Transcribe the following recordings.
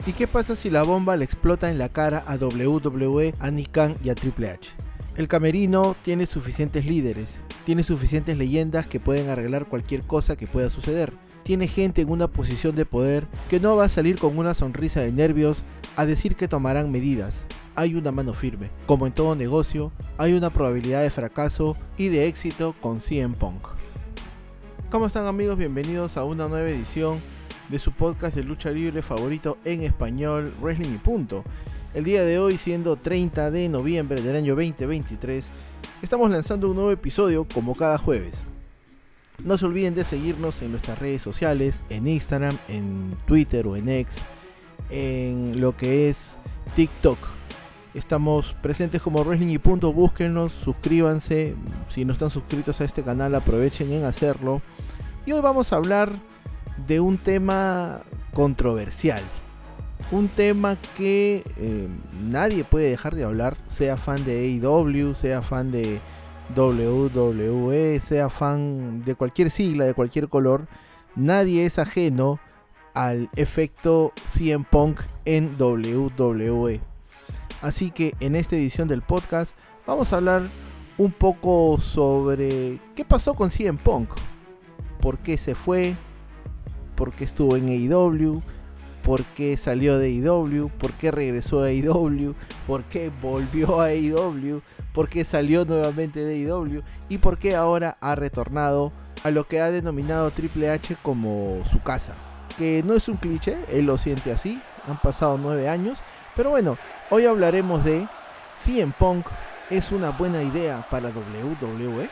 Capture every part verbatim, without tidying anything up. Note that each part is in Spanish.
¿Y qué pasa si la bomba le explota en la cara a W W E, a Nick Khan y a Triple H? El camerino tiene suficientes líderes, tiene suficientes leyendas que pueden arreglar cualquier cosa que pueda suceder. Tiene gente en una posición de poder que no va a salir con una sonrisa de nervios a decir que tomarán medidas. Hay una mano firme. Como en todo negocio, hay una probabilidad de fracaso y de éxito con C M Punk. ¿Cómo están, amigos? Bienvenidos a una nueva edición de su podcast de lucha libre favorito en español, Wrestling y Punto. El día de hoy, siendo treinta de noviembre del año veinte veintitrés, estamos lanzando un nuevo episodio como cada jueves. No se olviden de seguirnos en nuestras redes sociales, en Instagram, en Twitter o en X, en lo que es TikTok. Estamos presentes como Wrestling y Punto, búsquennos, suscríbanse. Si no están suscritos a este canal, aprovechen en hacerlo. Y hoy vamos a hablar de un tema controversial. Un tema que eh, nadie puede dejar de hablar, sea fan de A E W, sea fan de W W E, sea fan de cualquier sigla, de cualquier color. Nadie es ajeno al efecto C M Punk en W W E. Así que en esta edición del podcast vamos a hablar un poco sobre qué pasó con C M Punk, por qué se fue, por qué estuvo en A E W, por qué salió de A E W, por qué regresó a A E W, por qué volvió a A E W, por qué salió nuevamente de A E W y por qué ahora ha retornado a lo que ha denominado Triple H como su casa. Que no es un cliché, él lo siente así, han pasado nueve años, pero bueno, hoy hablaremos de C M Punk es una buena idea para W W E.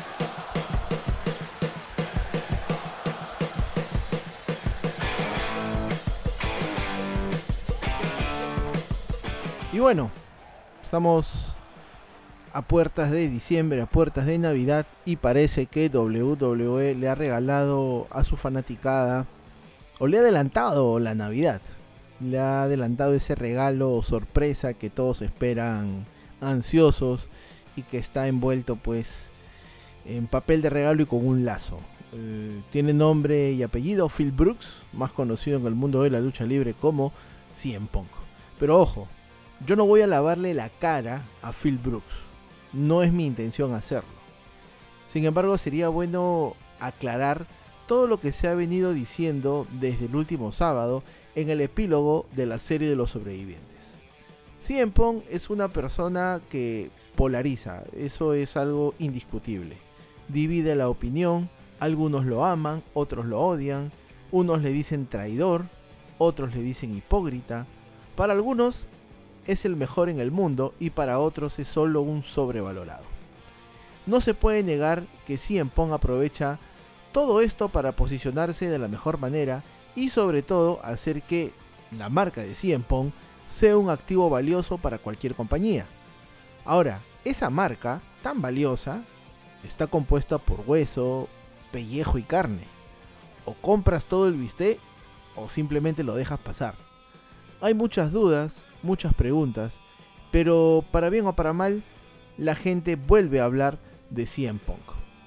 Y bueno, estamos a puertas de diciembre, a puertas de Navidad, y parece que W W E le ha regalado a su fanaticada, o le ha adelantado la Navidad, le ha adelantado ese regalo sorpresa que todos esperan ansiosos y que está envuelto pues en papel de regalo y con un lazo. Eh, tiene nombre y apellido Phil Brooks, más conocido en el mundo de la lucha libre como C M Punk. Pero ojo, yo no voy a lavarle la cara a Phil Brooks, no es mi intención hacerlo. Sin embargo, sería bueno aclarar todo lo que se ha venido diciendo desde el último sábado en el epílogo de la serie de los sobrevivientes. C M Punk es una persona que polariza, eso es algo indiscutible. Divide la opinión, algunos lo aman, otros lo odian, unos le dicen traidor, otros le dicen hipócrita. Para algunos es el mejor en el mundo y para otros es solo un sobrevalorado. No se puede negar que C M Punk aprovecha todo esto para posicionarse de la mejor manera y sobre todo hacer que la marca de C M Punk sea un activo valioso para cualquier compañía. Ahora, esa marca tan valiosa está compuesta por hueso, pellejo y carne. O compras todo el bistec o simplemente lo dejas pasar. Hay muchas dudas, muchas preguntas, pero para bien o para mal, la gente vuelve a hablar de C M Punk.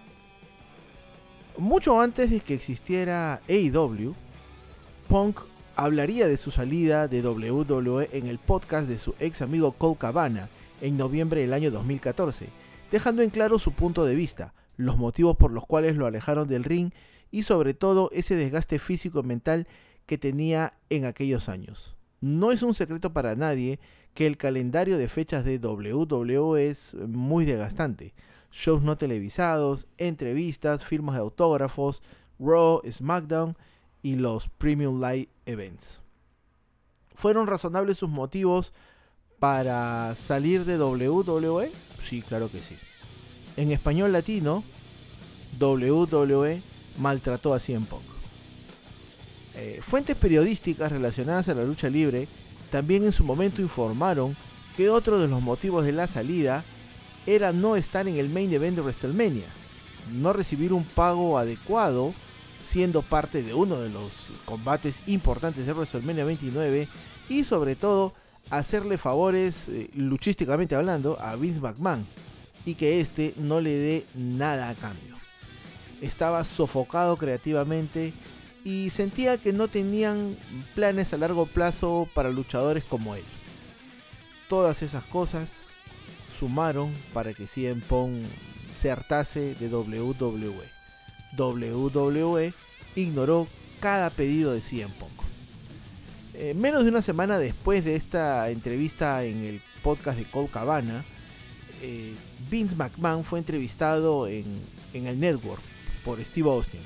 Mucho antes de que existiera A E W, Punk hablaría de su salida de W W E en el podcast de su ex amigo Colt Cabana en noviembre del año dos mil catorce, dejando en claro su punto de vista, los motivos por los cuales lo alejaron del ring y sobre todo ese desgaste físico y mental que tenía en aquellos años. No es un secreto para nadie que el calendario de fechas de W W E es muy desgastante. Shows no televisados, entrevistas, firmas de autógrafos, Raw, SmackDown y los Premium Live Events. ¿Fueron razonables sus motivos para salir de W W E? Sí, claro que sí. En español latino, W W E maltrató a C M Punk. Eh, fuentes periodísticas relacionadas a la lucha libre también en su momento informaron que otro de los motivos de la salida era no estar en el main event de WrestleMania, no recibir un pago adecuado siendo parte de uno de los combates importantes de WrestleMania veintinueve y sobre todo hacerle favores, eh, luchísticamente hablando, a Vince McMahon y que este no le dé nada a cambio. Estaba sofocado creativamente y sentía que no tenían planes a largo plazo para luchadores como él. Todas esas cosas sumaron para que C M Punk se hartase de W W E. W W E ignoró cada pedido de C M Punk. Eh, menos de una semana después de esta entrevista en el podcast de Colt Cabana, eh, Vince McMahon fue entrevistado en, en el network por Steve Austin.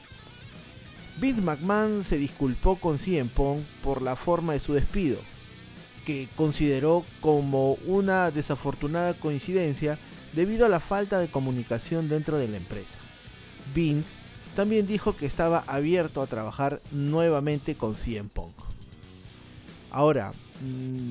Vince McMahon se disculpó con C M Punk por la forma de su despido, que consideró como una desafortunada coincidencia debido a la falta de comunicación dentro de la empresa. Vince también dijo que estaba abierto a trabajar nuevamente con C M Punk. Ahora, mmm,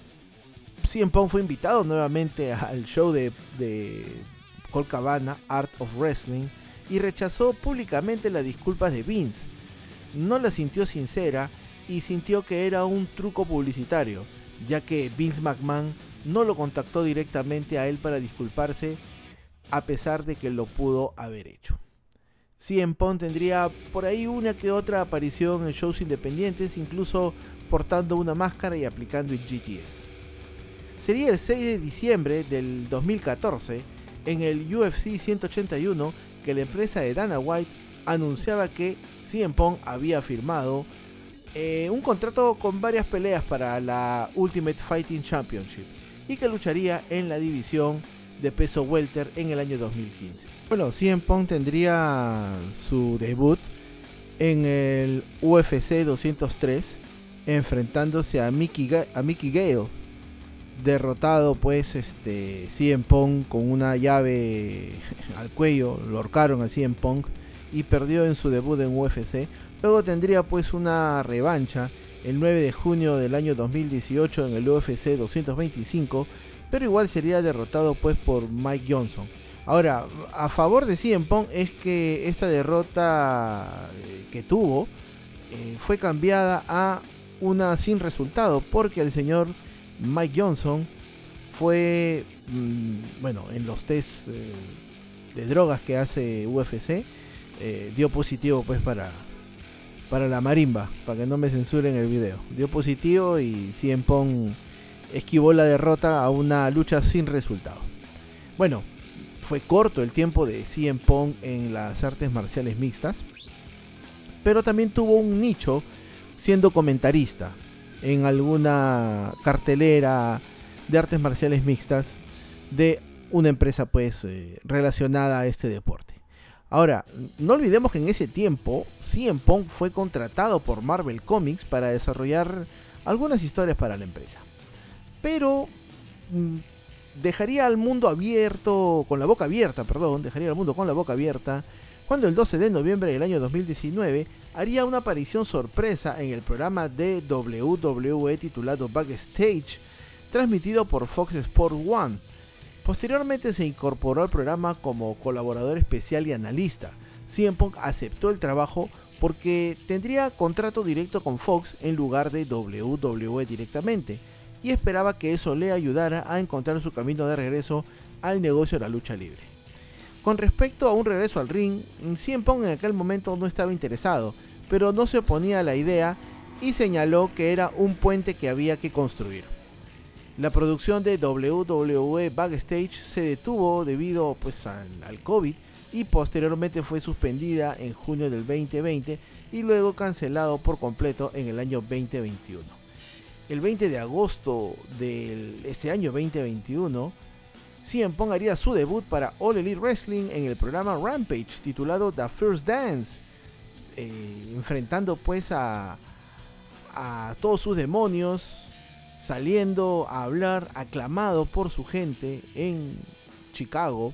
C M Punk fue invitado nuevamente al show de, de Colt Cabana, Art of Wrestling, y rechazó públicamente las disculpas de Vince. No la sintió sincera y sintió que era un truco publicitario, ya que Vince McMahon no lo contactó directamente a él para disculparse, a pesar de que lo pudo haber hecho. C M Punk tendría por ahí una que otra aparición en shows independientes, incluso portando una máscara y aplicando el G T S. Sería el seis de diciembre del dos mil catorce, en el U F C ciento ochenta y uno, que la empresa de Dana White anunciaba que C M Punk había firmado eh, un contrato con varias peleas para la Ultimate Fighting Championship y que lucharía en la división de peso welter en el año dos mil quince. Bueno, C M Punk tendría su debut en el U F C doscientos tres, enfrentándose a Mickey, Ga- a Mickey Gale. Derrotado pues este C M Punk con una llave al cuello, lo ahorcaron a C M Punk y perdió en su debut en U F C. Luego tendría pues una revancha el nueve de junio del año dos mil dieciocho en el U F C doscientos veinticinco, pero igual sería derrotado pues por Mike Johnson. Ahora, a favor de C M Punk es que esta derrota que tuvo eh, fue cambiada a una sin resultado, porque el señor Mike Johnson fue, mmm, bueno, en los test eh, de drogas que hace U F C, eh, dio positivo pues para, para la marimba, para que no me censuren el video. Dio positivo y C M Punk esquivó la derrota a una lucha sin resultado. Bueno, fue corto el tiempo de C M Punk en las artes marciales mixtas, pero también tuvo un nicho siendo comentarista en alguna cartelera de artes marciales mixtas de una empresa pues eh, relacionada a este deporte. Ahora, no olvidemos que en ese tiempo C M Punk fue contratado por Marvel Comics para desarrollar algunas historias para la empresa, pero mmm, dejaría al mundo abierto, con la boca abierta, perdón, dejaría al mundo con la boca abierta cuando el doce de noviembre del año dos mil diecinueve haría una aparición sorpresa en el programa de W W E titulado Backstage, transmitido por Fox Sports One. Posteriormente se incorporó al programa como colaborador especial y analista. C M Punk aceptó el trabajo porque tendría contrato directo con Fox en lugar de W W E directamente, y esperaba que eso le ayudara a encontrar su camino de regreso al negocio de la lucha libre. Con respecto a un regreso al ring, C M Punk en aquel momento no estaba interesado, pero no se oponía a la idea y señaló que era un puente que había que construir. La producción de W W E Backstage se detuvo debido pues, al, al COVID y posteriormente fue suspendida en junio del veinte veinte y luego cancelado por completo en el año veinte veintiuno. El veinte de agosto de ese año veinte veintiuno, C M Punk haría su debut para All Elite Wrestling en el programa Rampage titulado The First Dance, eh, enfrentando pues a, a todos sus demonios, saliendo a hablar aclamado por su gente en Chicago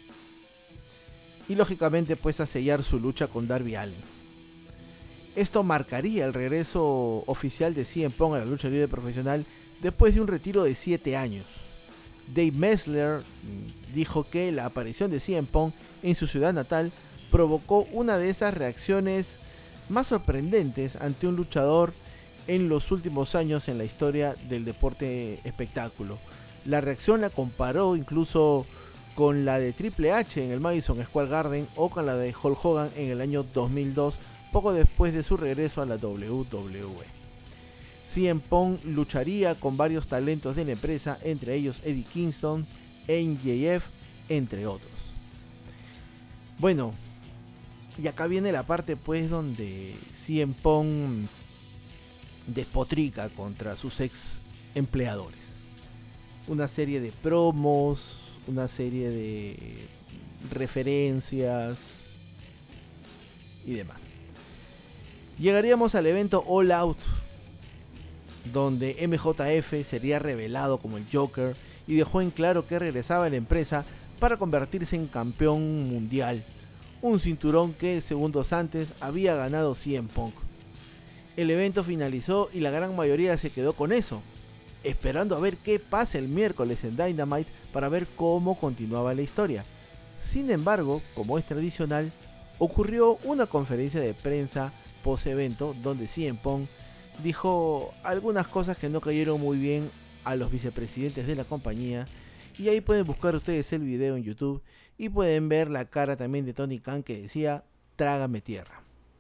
y lógicamente pues a sellar su lucha con Darby Allin. Esto marcaría el regreso oficial de C M Punk a la lucha libre profesional después de un retiro de siete años. Dave Messler dijo que la aparición de C M Punk en su ciudad natal provocó una de esas reacciones más sorprendentes ante un luchador en los últimos años en la historia del deporte espectáculo. La reacción la comparó incluso con la de Triple H en el Madison Square Garden o con la de Hulk Hogan en el año dos mil dos, poco después de su regreso a la doble u doble u E. C M Punk lucharía con varios talentos de la empresa, entre ellos Eddie Kingston, M J F, entre otros. Bueno, y acá viene la parte pues donde C M Punk despotrica contra sus ex empleadores. Una serie de promos, una serie de referencias y demás. Llegaríamos al evento All Out, donde M J F sería revelado como el Joker y dejó en claro que regresaba a la empresa para convertirse en campeón mundial, un cinturón que segundos antes había ganado C M Punk. El evento finalizó y la gran mayoría se quedó con eso, esperando a ver qué pasa el miércoles en Dynamite para ver cómo continuaba la historia. Sin embargo, como es tradicional, ocurrió una conferencia de prensa post-evento donde C M Punk dijo algunas cosas que no cayeron muy bien a los vicepresidentes de la compañía, y ahí pueden buscar ustedes el video en YouTube y pueden ver la cara también de Tony Khan que decía "trágame tierra".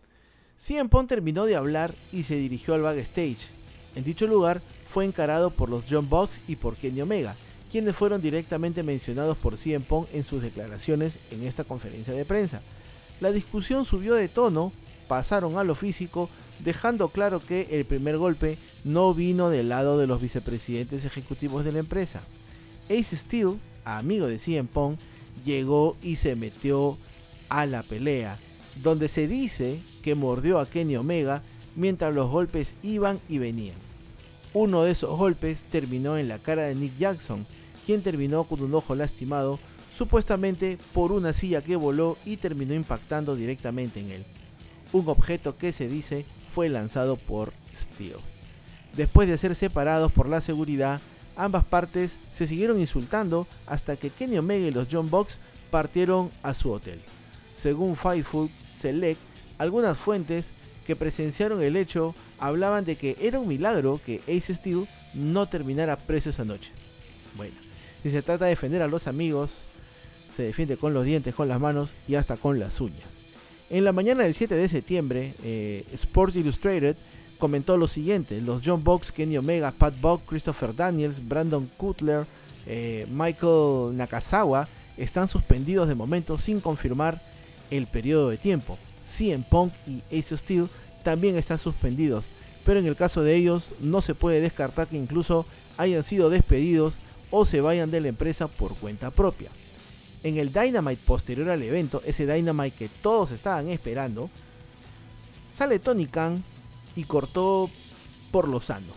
C M Punk terminó de hablar y se dirigió al backstage. En dicho lugar fue encarado por los Young Bucks y por Kenny Omega, quienes fueron directamente mencionados por C M Punk en sus declaraciones en esta conferencia de prensa. La discusión subió de tono, pasaron a lo físico, dejando claro que el primer golpe no vino del lado de los vicepresidentes ejecutivos de la empresa. Ace Steel, amigo de C M Punk, llegó y se metió a la pelea, donde se dice que mordió a Kenny Omega mientras los golpes iban y venían. Uno de esos golpes terminó en la cara de Nick Jackson, quien terminó con un ojo lastimado, supuestamente por una silla que voló y terminó impactando directamente en él. Un objeto que se dice fue lanzado por Steel. Después de ser separados por la seguridad, ambas partes se siguieron insultando hasta que Kenny Omega y los Young Bucks partieron a su hotel. Según Fightful Select, algunas fuentes que presenciaron el hecho hablaban de que era un milagro que Ace Steel no terminara preso esa noche. Bueno, si se trata de defender a los amigos, se defiende con los dientes, con las manos y hasta con las uñas. En la mañana del siete de septiembre, eh, Sports Illustrated comentó lo siguiente: los Young Bucks, Kenny Omega, Pat Buck, Christopher Daniels, Brandon Cutler, eh, Michael Nakazawa están suspendidos de momento sin confirmar el periodo de tiempo. C M Punk y Ace Steel también están suspendidos, pero en el caso de ellos no se puede descartar que incluso hayan sido despedidos o se vayan de la empresa por cuenta propia. En el Dynamite posterior al evento, ese Dynamite que todos estaban esperando, sale Tony Khan y cortó por lo sano.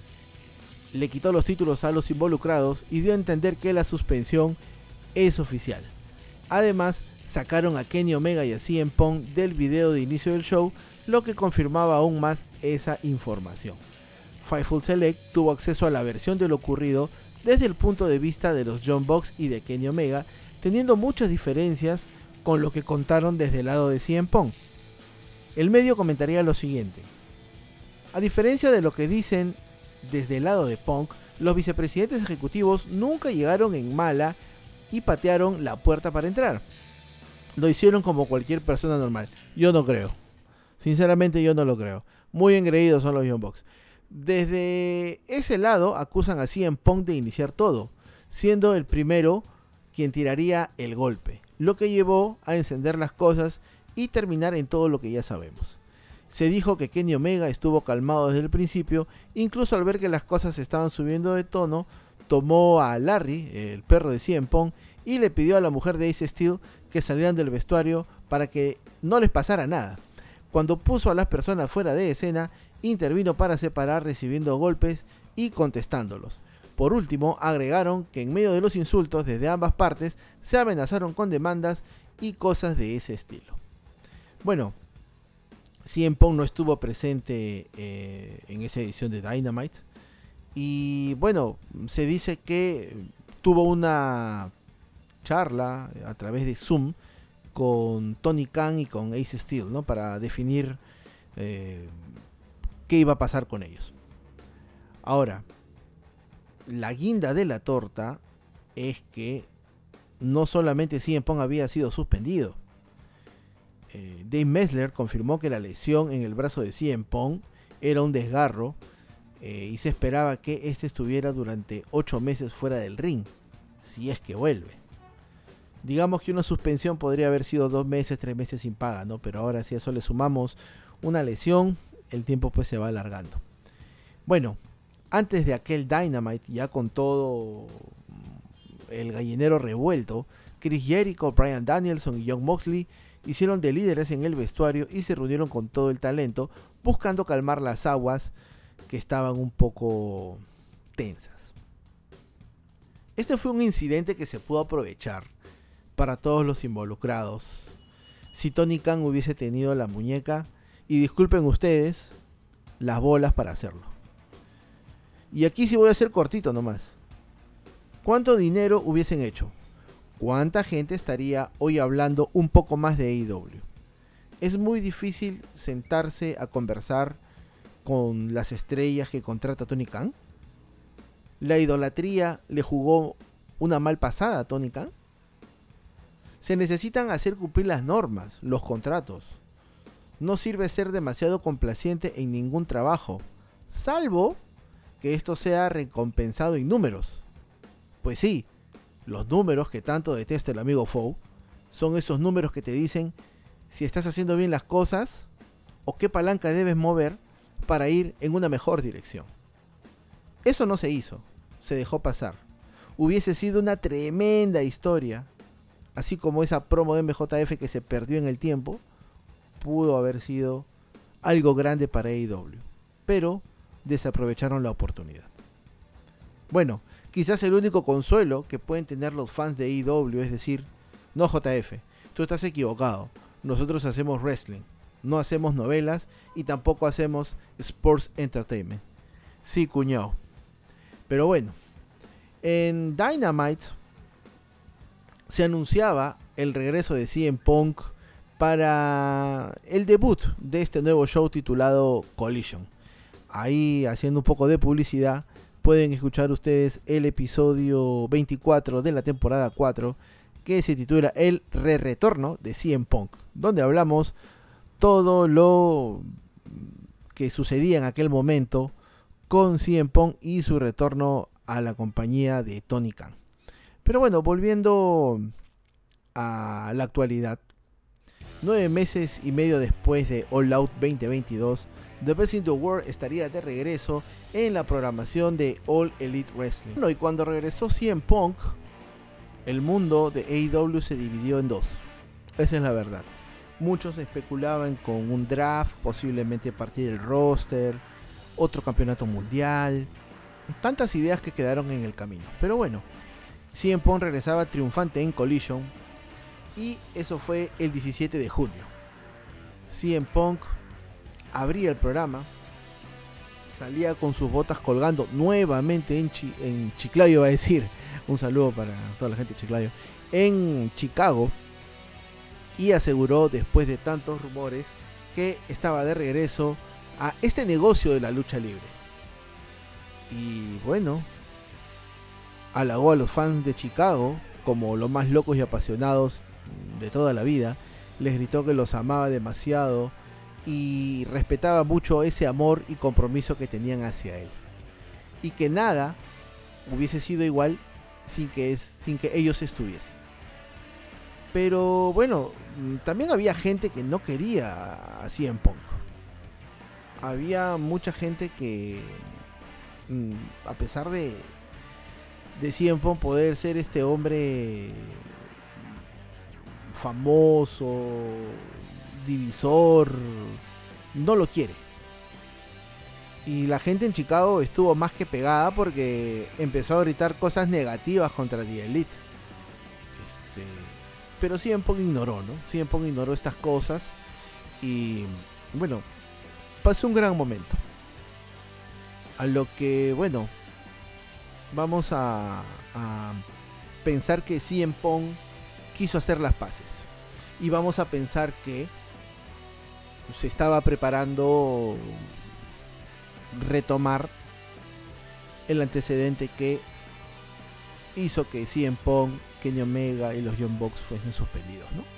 Le quitó los títulos a los involucrados y dio a entender que la suspensión es oficial. Además, sacaron a Kenny Omega y a C M Punk del video de inicio del show, lo que confirmaba aún más esa información. Fightful Select tuvo acceso a la versión de lo ocurrido desde el punto de vista de los Young Bucks y de Kenny Omega, teniendo muchas diferencias con lo que contaron desde el lado de C M Punk. El medio comentaría lo siguiente: a diferencia de lo que dicen desde el lado de Punk, los vicepresidentes ejecutivos nunca llegaron en mala y patearon la puerta para entrar. Lo hicieron como cualquier persona normal. Yo no creo. Sinceramente yo no lo creo. Muy engreídos son los Young Bucks. Desde ese lado acusan a C M Punk de iniciar todo, siendo el primero quien tiraría el golpe, lo que llevó a encender las cosas y terminar en todo lo que ya sabemos. Se dijo que Kenny Omega estuvo calmado desde el principio, incluso al ver que las cosas estaban subiendo de tono, tomó a Larry, el perro de C M Punk, y le pidió a la mujer de Ace Steel que salieran del vestuario para que no les pasara nada. Cuando puso a las personas fuera de escena, intervino para separar, recibiendo golpes y contestándolos. Por último, agregaron que en medio de los insultos desde ambas partes se amenazaron con demandas y cosas de ese estilo. Bueno, C M Punk no estuvo presente eh, en esa edición de Dynamite, y bueno, se dice que tuvo una charla a través de Zoom con Tony Khan y con Ace Steel, ¿no?, para definir eh, qué iba a pasar con ellos. Ahora, la guinda de la torta es que no solamente C M Punk había sido suspendido. eh, Dave Messler confirmó que la lesión en el brazo de C M Punk era un desgarro eh, y se esperaba que este estuviera durante ocho meses fuera del ring, si es que vuelve. Digamos que una suspensión podría haber sido dos meses, tres meses sin paga, ¿no? Pero ahora si a eso le sumamos una lesión, el tiempo pues se va alargando. Bueno, antes de aquel Dynamite, ya con todo el gallinero revuelto, Chris Jericho, Bryan Danielson y Jon Moxley hicieron de líderes en el vestuario y se reunieron con todo el talento, buscando calmar las aguas que estaban un poco tensas. Este fue un incidente que se pudo aprovechar para todos los involucrados. Si Tony Khan hubiese tenido la muñeca, y disculpen ustedes, las bolas para hacerlo. Y aquí sí voy a ser cortito nomás. ¿Cuánto dinero hubiesen hecho? ¿Cuánta gente estaría hoy hablando un poco más de A E W? Es muy difícil sentarse a conversar con las estrellas que contrata Tony Khan. ¿La idolatría le jugó una mal pasada a Tony Khan? Se necesitan hacer cumplir las normas, los contratos. No sirve ser demasiado complaciente en ningún trabajo, salvo que esto sea recompensado en números. Pues sí, los números que tanto detesta el amigo Fou son esos números que te dicen si estás haciendo bien las cosas o qué palanca debes mover para ir en una mejor dirección. Eso no se hizo, se dejó pasar. Hubiese sido una tremenda historia, así como esa promo de M J F que se perdió en el tiempo, pudo haber sido algo grande para A E W, pero desaprovecharon la oportunidad. Bueno, quizás el único consuelo que pueden tener los fans de A E W es decir, no J F, tú estás equivocado, nosotros hacemos wrestling, no hacemos novelas y tampoco hacemos sports entertainment. Sí, cuñado. Pero bueno, en Dynamite se anunciaba el regreso de C M Punk para el debut de este nuevo show titulado Collision. Ahí, haciendo un poco de publicidad, pueden escuchar ustedes el episodio veinticuatro de la temporada cuatro, que se titula El Re-Retorno de C M Punk, donde hablamos todo lo que sucedía en aquel momento con C M Punk y su retorno a la compañía de Tony Khan. Pero bueno, volviendo a la actualidad, nueve meses y medio después de All Out veinte veintidós, The Best in the World estaría de regreso en la programación de All Elite Wrestling. Bueno, y cuando regresó C M Punk, el mundo de A E W se dividió en dos. Esa es la verdad. Muchos especulaban con un draft, posiblemente partir el roster, otro campeonato mundial, tantas ideas que quedaron en el camino. Pero bueno, C M Punk regresaba triunfante en Collision y eso fue el diecisiete de junio. C M Punk abría el programa, salía con sus botas colgando nuevamente en, Chi- en Chiclayo, va a decir, un saludo para toda la gente de Chiclayo, en Chicago, y aseguró después de tantos rumores que estaba de regreso a este negocio de la lucha libre. Y bueno, halagó a los fans de Chicago como los más locos y apasionados de toda la vida, les gritó que los amaba demasiado y respetaba mucho ese amor y compromiso que tenían hacia él, y que nada hubiese sido igual sin que, sin que ellos estuviesen. Pero bueno, también había gente que no quería a C M Punk. Había mucha gente que, a pesar de, de C M Punk poder ser este hombre famoso, divisor, no lo quiere. Y la gente en Chicago estuvo más que pegada porque empezó a gritar cosas negativas contra The Elite. Este, pero C M Punk ignoró, ¿no? C M Punk ignoró estas cosas y bueno, pasó un gran momento. A lo que, bueno, vamos a, a pensar que C M Punk quiso hacer las paces. Y vamos a pensar que se estaba preparando retomar el antecedente que hizo que C M Punk, Kenny Omega y los Young Bucks fuesen suspendidos, ¿no?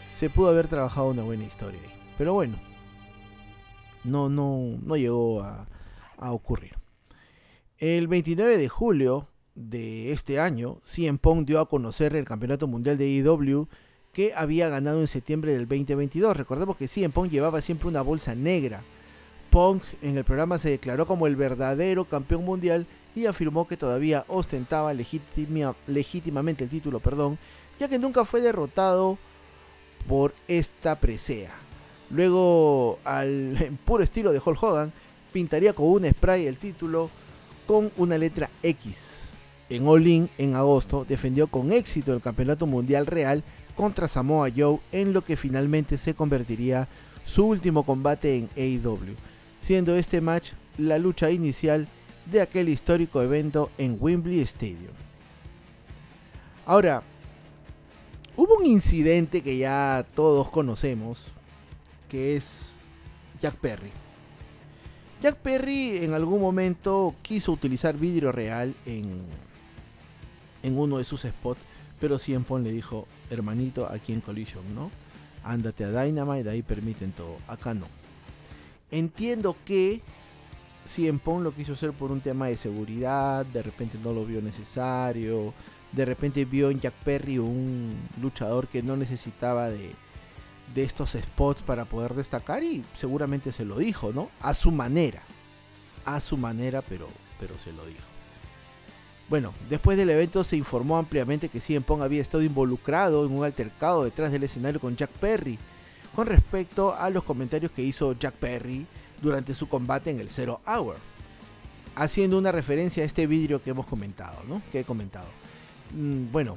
se pudo haber trabajado una buena historia ahí. Pero bueno, no, no, no llegó a, a ocurrir. El veintinueve de julio de este año, C M Punk dio a conocer el campeonato mundial de A E W que había ganado en septiembre del veinte veintidós. Recordemos que C M Punk llevaba siempre una bolsa negra. Punk en el programa se declaró como el verdadero campeón mundial y afirmó que todavía ostentaba legitima, legítimamente el título, perdón, ya que nunca fue derrotado por esta presea. Luego, al en puro estilo de Hulk Hogan, pintaría con un spray el título con una letra X. En All In, en agosto, defendió con éxito el campeonato mundial real contra Samoa Joe, en lo que finalmente se convertiría su último combate en A E W, siendo este match la lucha inicial de aquel histórico evento en Wembley Stadium. Ahora, hubo un incidente que ya todos conocemos, que es Jack Perry. Jack Perry en algún momento quiso utilizar vidrio real en, en uno de sus spots, pero C M Punk le dijo: hermanito, aquí en Collision no, ándate a Dynamite, de ahí permiten todo, acá no. Entiendo que C M Punk lo quiso hacer por un tema de seguridad, de repente no lo vio necesario, de repente vio en Jack Perry un luchador que no necesitaba de, de estos spots para poder destacar, y seguramente se lo dijo, ¿no? A su manera, a su manera, pero, pero se lo dijo. Bueno, después del evento se informó ampliamente que C M Punk había estado involucrado en un altercado detrás del escenario con Jack Perry, con respecto a los comentarios que hizo Jack Perry durante su combate en el Zero Hour, haciendo una referencia a este vidrio que hemos comentado, ¿no? Que he comentado. Mm, bueno,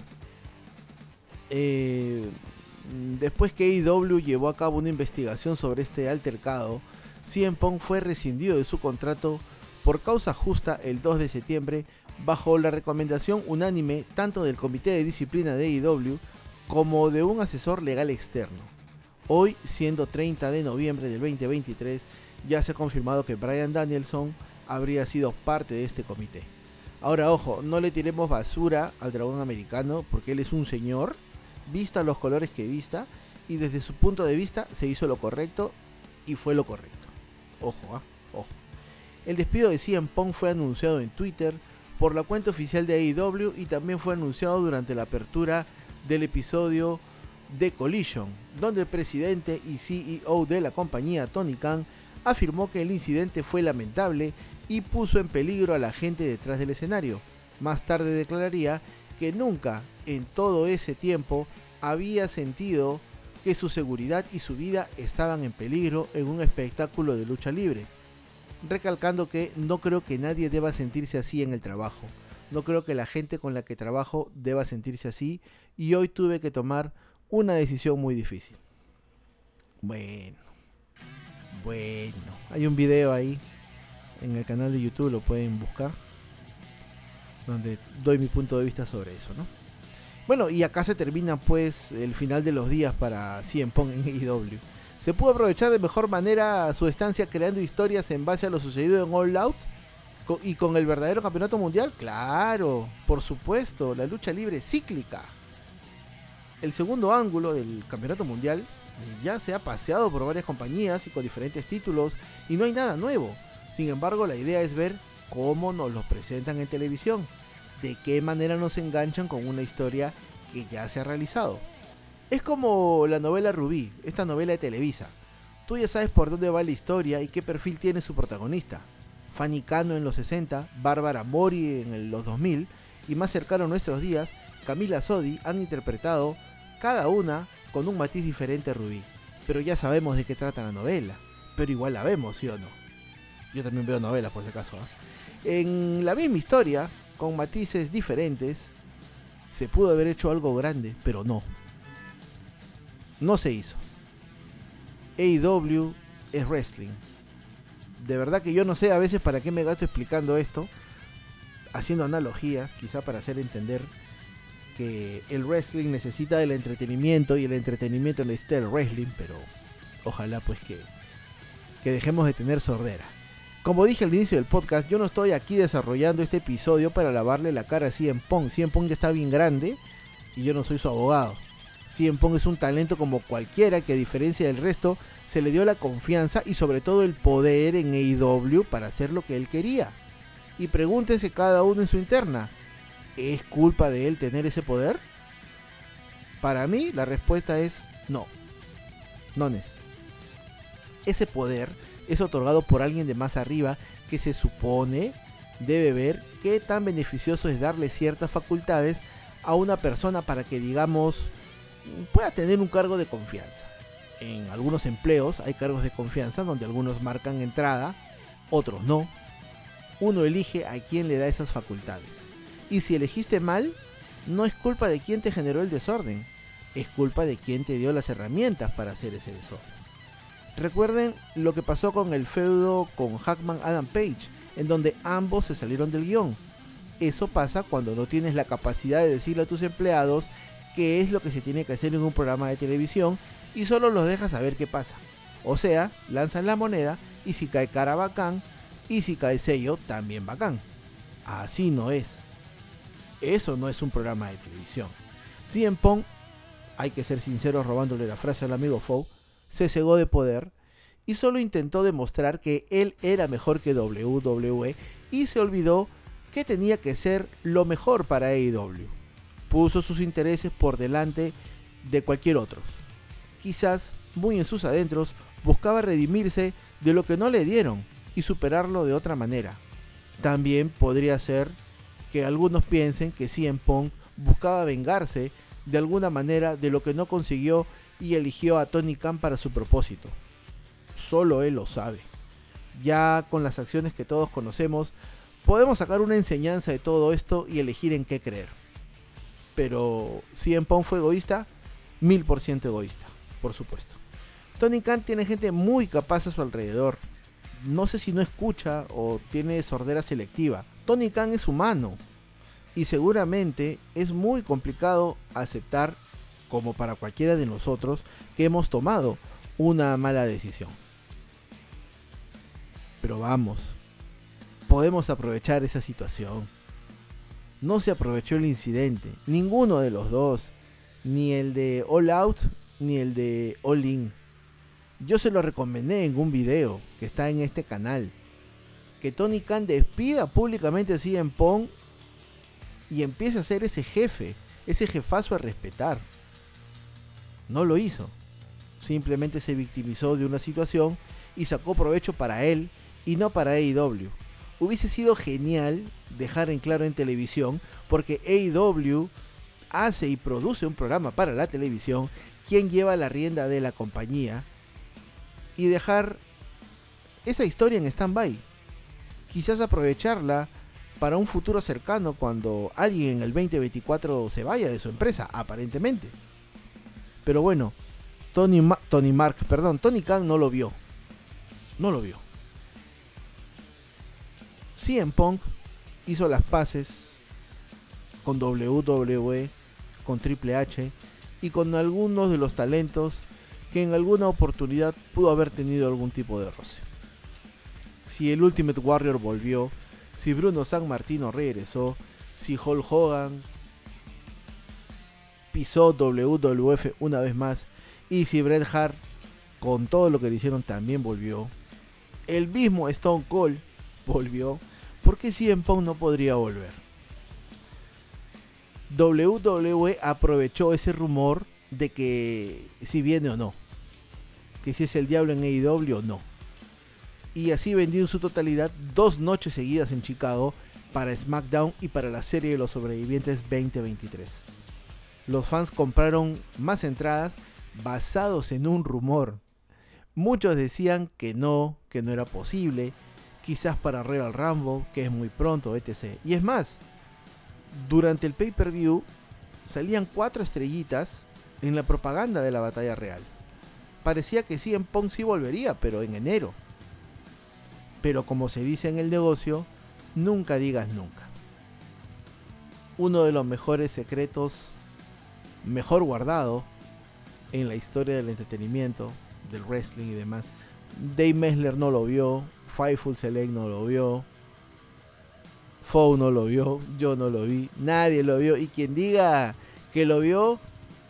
eh, después que A E W llevó a cabo una investigación sobre este altercado, C M Punk fue rescindido de su contrato por causa justa el dos de septiembre, bajo la recomendación unánime tanto del Comité de Disciplina de A E W como de un asesor legal externo. Hoy, siendo treinta de noviembre del veinte veintitrés, ya se ha confirmado que Bryan Danielson habría sido parte de este comité. Ahora, ojo, no le tiremos basura al dragón americano, porque él es un señor, vista los colores que vista, y desde su punto de vista se hizo lo correcto y fue lo correcto. Ojo, ¿eh? Ojo. El despido de C M Punk fue anunciado en Twitter por la cuenta oficial de A E W y también fue anunciado durante la apertura del episodio de Collision, donde el presidente y C E O de la compañía, Tony Khan, afirmó que el incidente fue lamentable y puso en peligro a la gente detrás del escenario. Más tarde declararía que nunca en todo ese tiempo había sentido que su seguridad y su vida estaban en peligro en un espectáculo de lucha libre, recalcando que no creo que nadie deba sentirse así en el trabajo, no creo que la gente con la que trabajo deba sentirse así, y hoy tuve que tomar una decisión muy difícil. Bueno, bueno, hay un video ahí en el canal de YouTube, lo pueden buscar, donde doy mi punto de vista sobre eso, ¿no? Bueno, y acá se termina pues el final de los días para C M Punk en A E W. ¿Se pudo aprovechar de mejor manera su estancia creando historias en base a lo sucedido en All Out y con el verdadero campeonato mundial? Claro, por supuesto, la lucha libre cíclica. El segundo ángulo del campeonato mundial ya se ha paseado por varias compañías y con diferentes títulos y no hay nada nuevo. Sin embargo, la idea es ver cómo nos los presentan en televisión, de qué manera nos enganchan con una historia que ya se ha realizado. Es como la novela Rubí, esta novela de Televisa. Tú ya sabes por dónde va la historia y qué perfil tiene su protagonista. Fanny Cano en los sesenta, Bárbara Mori en los dos mil y más cercano a nuestros días, Camila Sodi han interpretado cada una con un matiz diferente a Rubí. Pero ya sabemos de qué trata la novela, pero igual la vemos, ¿sí o no? Yo también veo novelas por si acaso, ¿eh? En la misma historia, con matices diferentes, se pudo haber hecho algo grande, pero no. No se hizo. A E W es wrestling. De verdad que yo no sé a veces para qué me gasto explicando esto, haciendo analogías, quizá para hacer entender que el wrestling necesita del entretenimiento y el entretenimiento necesita del wrestling, pero ojalá pues que, que dejemos de tener sordera. Como dije al inicio del podcast, yo no estoy aquí desarrollando este episodio para lavarle la cara a C M Punk. C M Punk ya está bien grande y yo no soy su abogado. C M Punk es un talento como cualquiera que, a diferencia del resto, se le dio la confianza y sobre todo el poder en A E W para hacer lo que él quería. Y pregúntense cada uno en su interna, ¿es culpa de él tener ese poder? Para mí la respuesta es no. No es. Ese poder es otorgado por alguien de más arriba que se supone debe ver qué tan beneficioso es darle ciertas facultades a una persona para que, digamos, pueda tener un cargo de confianza. En algunos empleos hay cargos de confianza donde algunos marcan entrada, otros no. Uno elige a quién le da esas facultades. Y si elegiste mal, no es culpa de quien te generó el desorden, es culpa de quien te dio las herramientas para hacer ese desorden. Recuerden lo que pasó con el feudo con Hackman Adam Page, en donde ambos se salieron del guión. Eso pasa cuando no tienes la capacidad de decirle a tus empleados qué es lo que se tiene que hacer en un programa de televisión y solo los dejas saber qué pasa. O sea, lanzan la moneda y si cae cara bacán y si cae sello también bacán. Así no es. Eso no es un programa de televisión. C M Punk, hay que ser sinceros robándole la frase al amigo Fou, se cegó de poder y solo intentó demostrar que él era mejor que W W E y se olvidó que tenía que ser lo mejor para A E W. Puso sus intereses por delante de cualquier otro. Quizás, muy en sus adentros, buscaba redimirse de lo que no le dieron y superarlo de otra manera. También podría ser que algunos piensen que C M Punk buscaba vengarse de alguna manera de lo que no consiguió y eligió a Tony Khan para su propósito. Solo él lo sabe. Ya con las acciones que todos conocemos, podemos sacar una enseñanza de todo esto y elegir en qué creer. Pero C M Punk fue egoísta, mil por ciento egoísta, por supuesto. Tony Khan tiene gente muy capaz a su alrededor. No sé si no escucha o tiene sordera selectiva. Tony Khan es humano y seguramente es muy complicado aceptar, como para cualquiera de nosotros, que hemos tomado una mala decisión. Pero vamos, podemos aprovechar esa situación. No se aprovechó el incidente, ninguno de los dos, ni el de All Out ni el de All In. Yo se lo recomendé en un video que está en este canal, que Tony Khan despida públicamente a C M Punk y empiece a ser ese jefe, ese jefazo a respetar. No lo hizo, simplemente se victimizó de una situación y sacó provecho para él y no para A E W. Hubiese sido genial dejar en claro en televisión, porque A E W hace y produce un programa para la televisión, quien lleva la rienda de la compañía, y dejar esa historia en stand-by. Quizás aprovecharla para un futuro cercano cuando alguien en el veinte veinticuatro se vaya de su empresa, aparentemente. Pero bueno, Tony, Ma- Tony Mark, perdón, Tony Khan no lo vio. No lo vio. C M Punk hizo las paces con W W E, con Triple H y con algunos de los talentos que en alguna oportunidad pudo haber tenido algún tipo de roce. Si el Ultimate Warrior volvió, si Bruno Sammartino regresó, si Hulk Hogan pisó W W F una vez más y si Bret Hart, con todo lo que le hicieron, también volvió, el mismo Stone Cold volvió, ¿por qué C M Punk no podría volver? W W E aprovechó ese rumor de que si viene o no, que si es el diablo en A E W o no, y así vendió en su totalidad dos noches seguidas en Chicago para SmackDown y para la serie de los sobrevivientes veinte veintitrés. Los fans compraron más entradas basados en un rumor. Muchos decían que no, que no era posible, quizás para Royal Rumble, que es muy pronto, etcétera. Y es más, durante el pay-per-view salían cuatro estrellitas en la propaganda de la batalla real. Parecía que C M Punk sí volvería, pero en enero. Pero como se dice en el negocio, nunca digas nunca. Uno de los mejores secretos, mejor guardado en la historia del entretenimiento, del wrestling y demás. Dave Messler no lo vio, Fightful Select no lo vio, Fou no lo vio, yo no lo vi, nadie lo vio, y quien diga que lo vio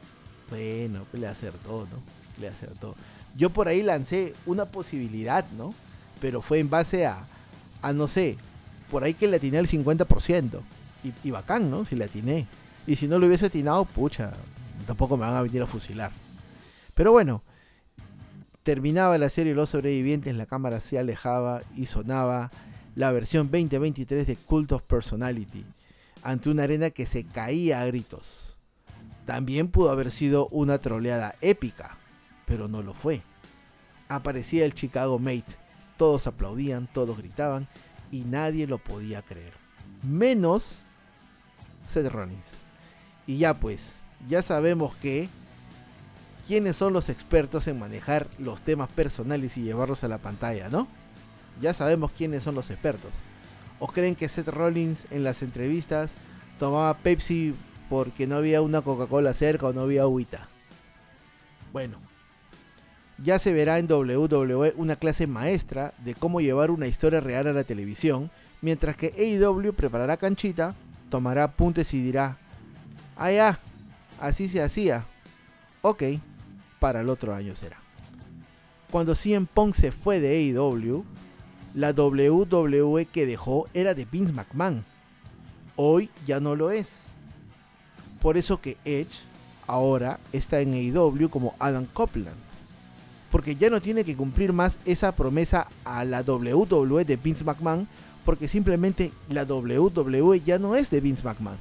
Bueno, pues le acertó, ¿no? Le acertó. Yo por ahí lancé una posibilidad, ¿no? Pero fue en base a, a no sé, por ahí que le atiné el cincuenta por ciento. Y, y bacán, ¿no? Si le atiné. Y si no lo hubiese atinado, pucha, tampoco me van a venir a fusilar. Pero bueno, terminaba la serie Los Sobrevivientes, la cámara se alejaba y sonaba la versión veinte veintitrés de Cult of Personality, ante una arena que se caía a gritos. También pudo haber sido una troleada épica, pero no lo fue. Aparecía el Chicago Mate, todos aplaudían, todos gritaban y nadie lo podía creer. Menos Seth Rollins. Y ya pues, ya sabemos que quiénes son los expertos en manejar los temas personales y llevarlos a la pantalla, ¿no? Ya sabemos quiénes son los expertos. ¿O creen que Seth Rollins en las entrevistas tomaba Pepsi porque no había una Coca-Cola cerca o no había agüita? Bueno, ya se verá en W W E una clase maestra de cómo llevar una historia real a la televisión, mientras que A E W preparará canchita, tomará apuntes y dirá: ah ya, así se hacía. Ok, para el otro año será. Cuando C M Punk se fue de A E W, la W W E que dejó era de Vince McMahon. Hoy ya no lo es. Por eso que Edge ahora está en A E W como Adam Copeland. Porque ya no tiene que cumplir más esa promesa a la W W E de Vince McMahon, porque simplemente la W W E ya no es de Vince McMahon.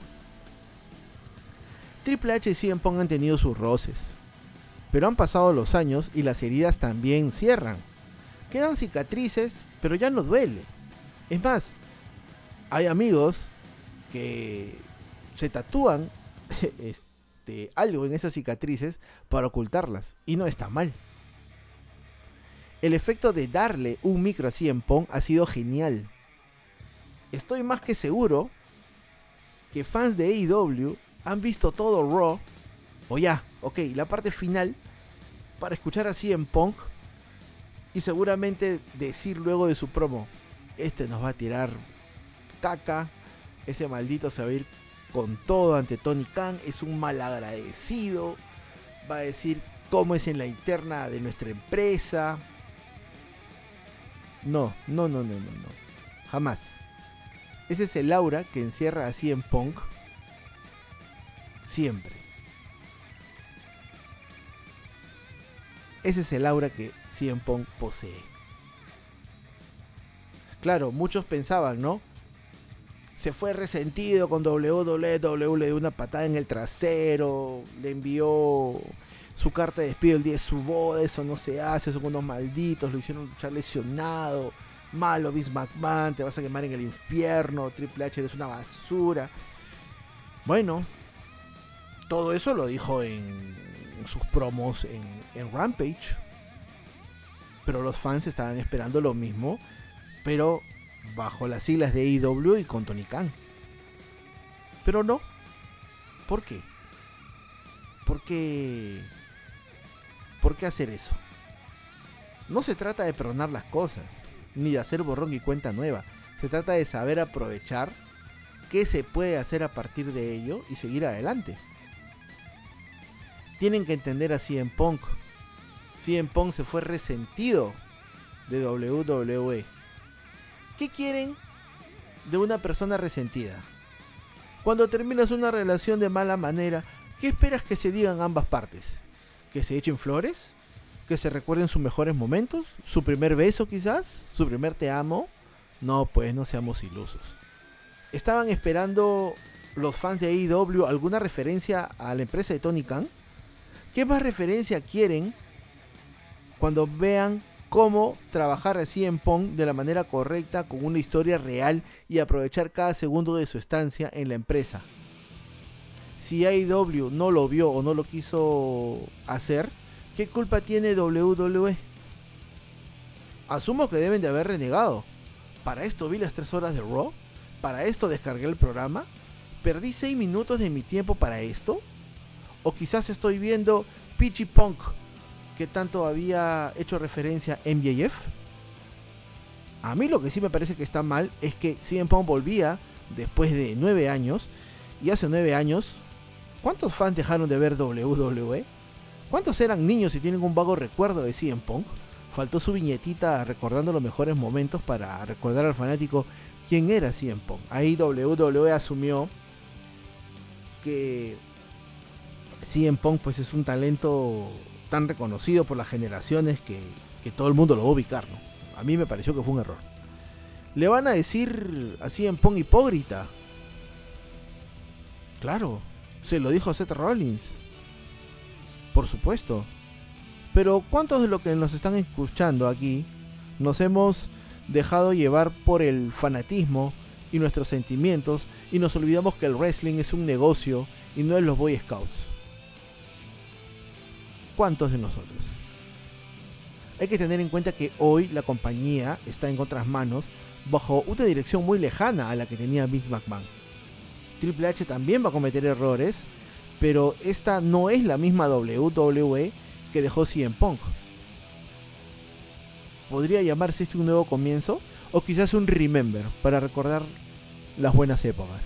Triple H y C M Punk han tenido sus roces, pero han pasado los años y las heridas también cierran. Quedan cicatrices, pero ya no duele. Es más, hay amigos que se tatúan este, algo en esas cicatrices para ocultarlas, y no está mal. El efecto de darle un micro a C M Punk ha sido genial. Estoy más que seguro que fans de A E W han visto todo Raw, o ya, ok, la parte final, para escuchar a C M Punk y seguramente decir luego de su promo: este nos va a tirar caca, ese maldito se va a ir con todo ante Tony Khan, es un malagradecido, va a decir cómo es en la interna de nuestra empresa. No, no, no, no, no, no, jamás. Ese es el aura que encierra a C M Punk siempre. Ese es el aura que C M Punk posee. Claro, muchos pensaban, ¿no? Se fue resentido con W W E, W le dio una patada en el trasero, le envió su carta de despido el día de su boda, eso no se hace, son unos malditos, lo hicieron luchar lesionado, malo Vince McMahon, te vas a quemar en el infierno, Triple H eres una basura. Bueno, todo eso lo dijo en sus promos en, en Rampage, pero los fans estaban esperando lo mismo, pero bajo las siglas de A E W y con Tony Khan. Pero no. ¿Por qué? ¿Por qué? ¿Por qué hacer eso? No se trata de perdonar las cosas, ni de hacer borrón y cuenta nueva. Se trata de saber aprovechar qué se puede hacer a partir de ello y seguir adelante. Tienen que entender a C M Punk. C M Punk se fue resentido de W W E. ¿Qué quieren de una persona resentida? Cuando terminas una relación de mala manera, ¿qué esperas que se digan ambas partes? ¿Que se echen flores? ¿Que se recuerden sus mejores momentos? ¿Su primer beso quizás? ¿Su primer te amo? No, pues no seamos ilusos. ¿Estaban esperando los fans de A E W alguna referencia a la empresa de Tony Khan? ¿Qué más referencia quieren cuando vean cómo trabajar a C M Punk de la manera correcta, con una historia real y aprovechar cada segundo de su estancia en la empresa? Si A E W no lo vio o no lo quiso hacer, ¿qué culpa tiene W W E? Asumo que deben de haber renegado. ¿Para esto vi las tres horas de Raw? ¿Para esto descargué el programa? ¿Perdí seis minutos de mi tiempo para esto? ¿O quizás estoy viendo P G Punk, que tanto había hecho referencia a M J F? A mí lo que sí me parece que está mal es que C M Punk volvía después de nueve años, y hace nueve años ¿Cuántos fans dejaron de ver doble u doble u E? ¿Cuántos eran niños y tienen un vago recuerdo de C M Punk? Faltó su viñetita recordando los mejores momentos para recordar al fanático quién era C M Punk. Ahí doble u doble u E asumió que C M Punk pues es un talento tan reconocido por las generaciones que, que todo el mundo lo va a ubicar, ¿no? A mí me pareció que fue un error. Le van a decir a C M Punk hipócrita. Claro, se lo dijo Seth Rollins. Por supuesto. Pero ¿cuántos de los que nos están escuchando aquí nos hemos dejado llevar por el fanatismo y nuestros sentimientos y nos olvidamos que el wrestling es un negocio y no es los Boy Scouts? ¿Cuántos de nosotros? Hay que tener en cuenta que hoy la compañía está en otras manos bajo una dirección muy lejana a la que tenía Vince McMahon. Triple H también va a cometer errores, pero esta no es la misma doble u doble u E que dejó C M Punk. ¿Podría llamarse este un nuevo comienzo? O quizás un remember para recordar las buenas épocas.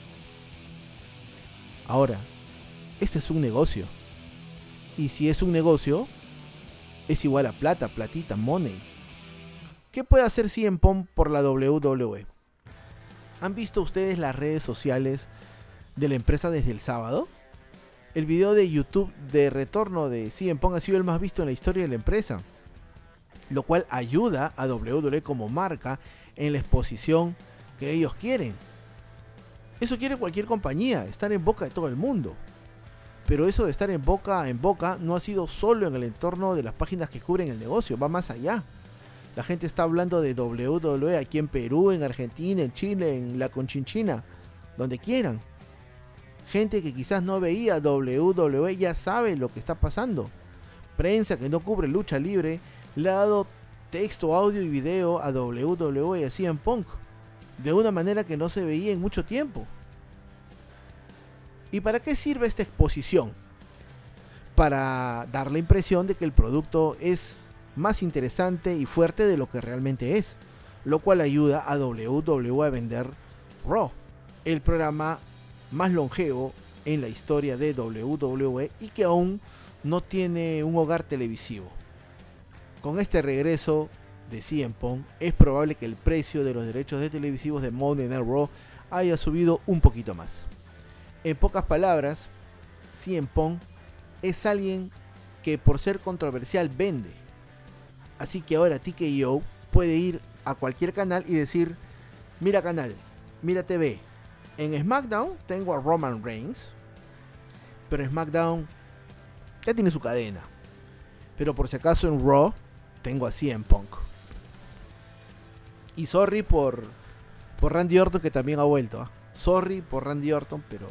Ahora, este es un negocio. Y si es un negocio, es igual a plata, platita, money. ¿Qué puede hacer C M Punk por la doble u doble u E? ¿Han visto ustedes las redes sociales de la empresa desde el sábado? El video de YouTube de retorno de C M Punk ha sido el más visto en la historia de la empresa, lo cual ayuda a doble u doble u E como marca en la exposición que ellos quieren. Eso quiere cualquier compañía, estar en boca de todo el mundo. Pero eso de estar en boca en boca no ha sido solo en el entorno de las páginas que cubren el negocio, va más allá. La gente está hablando de doble u doble u E aquí en Perú, en Argentina, en Chile, en la Conchinchina, donde quieran. Gente que quizás no veía doble u doble u E ya sabe lo que está pasando. Prensa que no cubre lucha libre le ha dado texto, audio y video a doble u doble u E y a C M Punk de una manera que no se veía en mucho tiempo. ¿Y para qué sirve esta exposición? Para dar la impresión de que el producto es más interesante y fuerte de lo que realmente es, lo cual ayuda a doble u doble u E a vender Raw, el programa más longevo en la historia de doble u doble u E y que aún no tiene un hogar televisivo. Con este regreso de C M Punk es probable que el precio de los derechos de televisivos de Monday Night Raw haya subido un poquito más. En pocas palabras, C M Punk es alguien que por ser controversial vende. Así que ahora T K O puede ir a cualquier canal y decir: mira canal, mira T V, en SmackDown tengo a Roman Reigns, pero SmackDown ya tiene su cadena. Pero por si acaso en Raw tengo a C M Punk. Y sorry por, por Randy Orton, que también ha vuelto. ¿eh? Sorry por Randy Orton, pero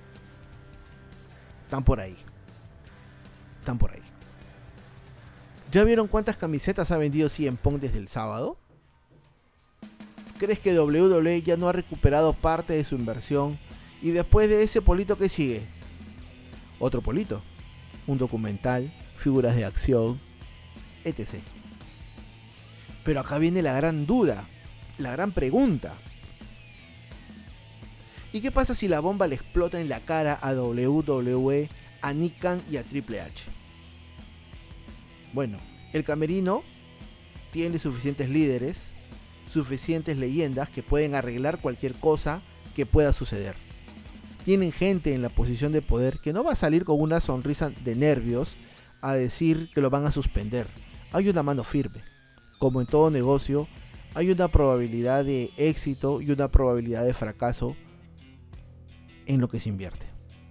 están por ahí. Están por ahí. ¿Ya vieron cuántas camisetas ha vendido C M Punk desde el sábado? ¿Crees que doble u doble u E ya no ha recuperado parte de su inversión? Y después de ese polito, ¿qué sigue? Otro polito. Un documental, figuras de acción, etcétera. Pero acá viene la gran duda, la gran pregunta. ¿Y qué pasa si la bomba le explota en la cara a doble u doble u E, a Nick Khan y a Triple H? Bueno, el camerino tiene suficientes líderes, suficientes leyendas que pueden arreglar cualquier cosa que pueda suceder. Tienen gente en la posición de poder que no va a salir con una sonrisa de nervios a decir que lo van a suspender. Hay una mano firme. Como en todo negocio, hay una probabilidad de éxito y una probabilidad de fracaso en lo que se invierte.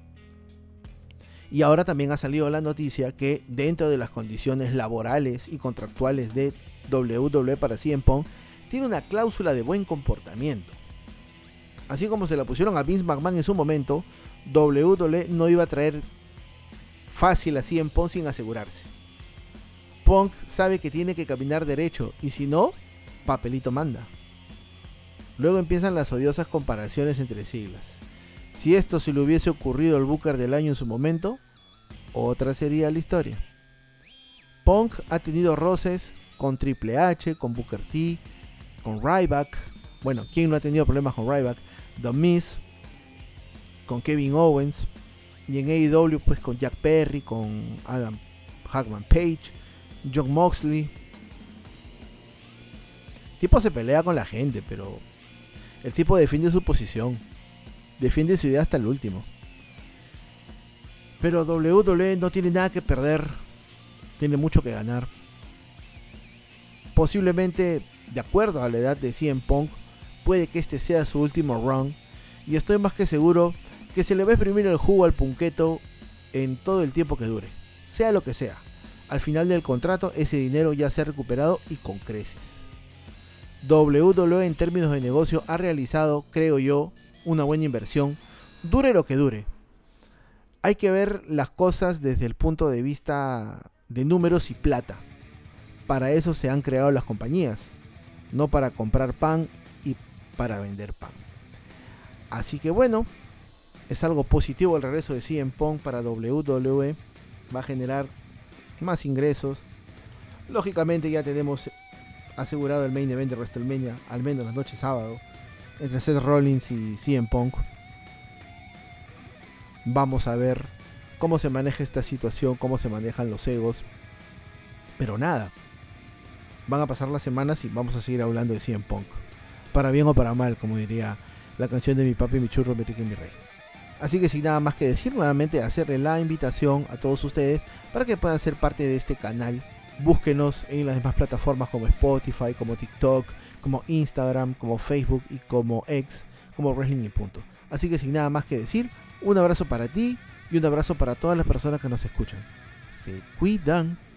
Y ahora también ha salido la noticia que dentro de las condiciones laborales y contractuales de doble u doble u E para C M Punk, tiene una cláusula de buen comportamiento. Así como se la pusieron a Vince McMahon en su momento, doble u doble u E no iba a traer fácil a C M Punk sin asegurarse. Punk sabe que tiene que caminar derecho y si no, papelito manda. Luego empiezan las odiosas comparaciones entre siglas. Si esto se le hubiese ocurrido al Booker del año en su momento, otra sería la historia. Punk ha tenido roces con Triple H, con Booker T, con Ryback. Bueno, ¿quién no ha tenido problemas con Ryback? The Miz, con Kevin Owens. Y en A E W pues con Jack Perry, con Adam Hangman Page, Jon Moxley. El tipo se pelea con la gente, pero el tipo defiende su posición, defiende su idea hasta el último. Pero W W E no tiene nada que perder, tiene mucho que ganar. Posiblemente, de acuerdo a la edad de C M Punk, puede que este sea su último run. Y estoy más que seguro que se le va a exprimir el jugo al punqueto en todo el tiempo que dure. Sea lo que sea. Al final del contrato ese dinero ya se ha recuperado y con creces. W W E en términos de negocio ha realizado, creo yo, una buena inversión. Dure lo que dure. Hay que ver las cosas desde el punto de vista de números y plata. Para eso se han creado las compañías. No para comprar pan y para vender pan. Así que bueno, es algo positivo el regreso de C M Punk para W W E. Va a generar más ingresos. Lógicamente ya tenemos asegurado el main event de WrestleMania, al menos las noches sábado, entre Seth Rollins y C M Punk. Vamos a ver cómo se maneja esta situación, cómo se manejan los egos. Pero nada, van a pasar las semanas y vamos a seguir hablando de C M Punk. Para bien o para mal, como diría la canción de mi papi, mi churro, mi rico y mi rey. Así que sin nada más que decir, nuevamente hacerle la invitación a todos ustedes para que puedan ser parte de este canal. Búsquenos en las demás plataformas como Spotify, como TikTok, como Instagram, como Facebook y como X, como Wrestling y Punto. Así que sin nada más que decir, un abrazo para ti y un abrazo para todas las personas que nos escuchan. Se cuidan.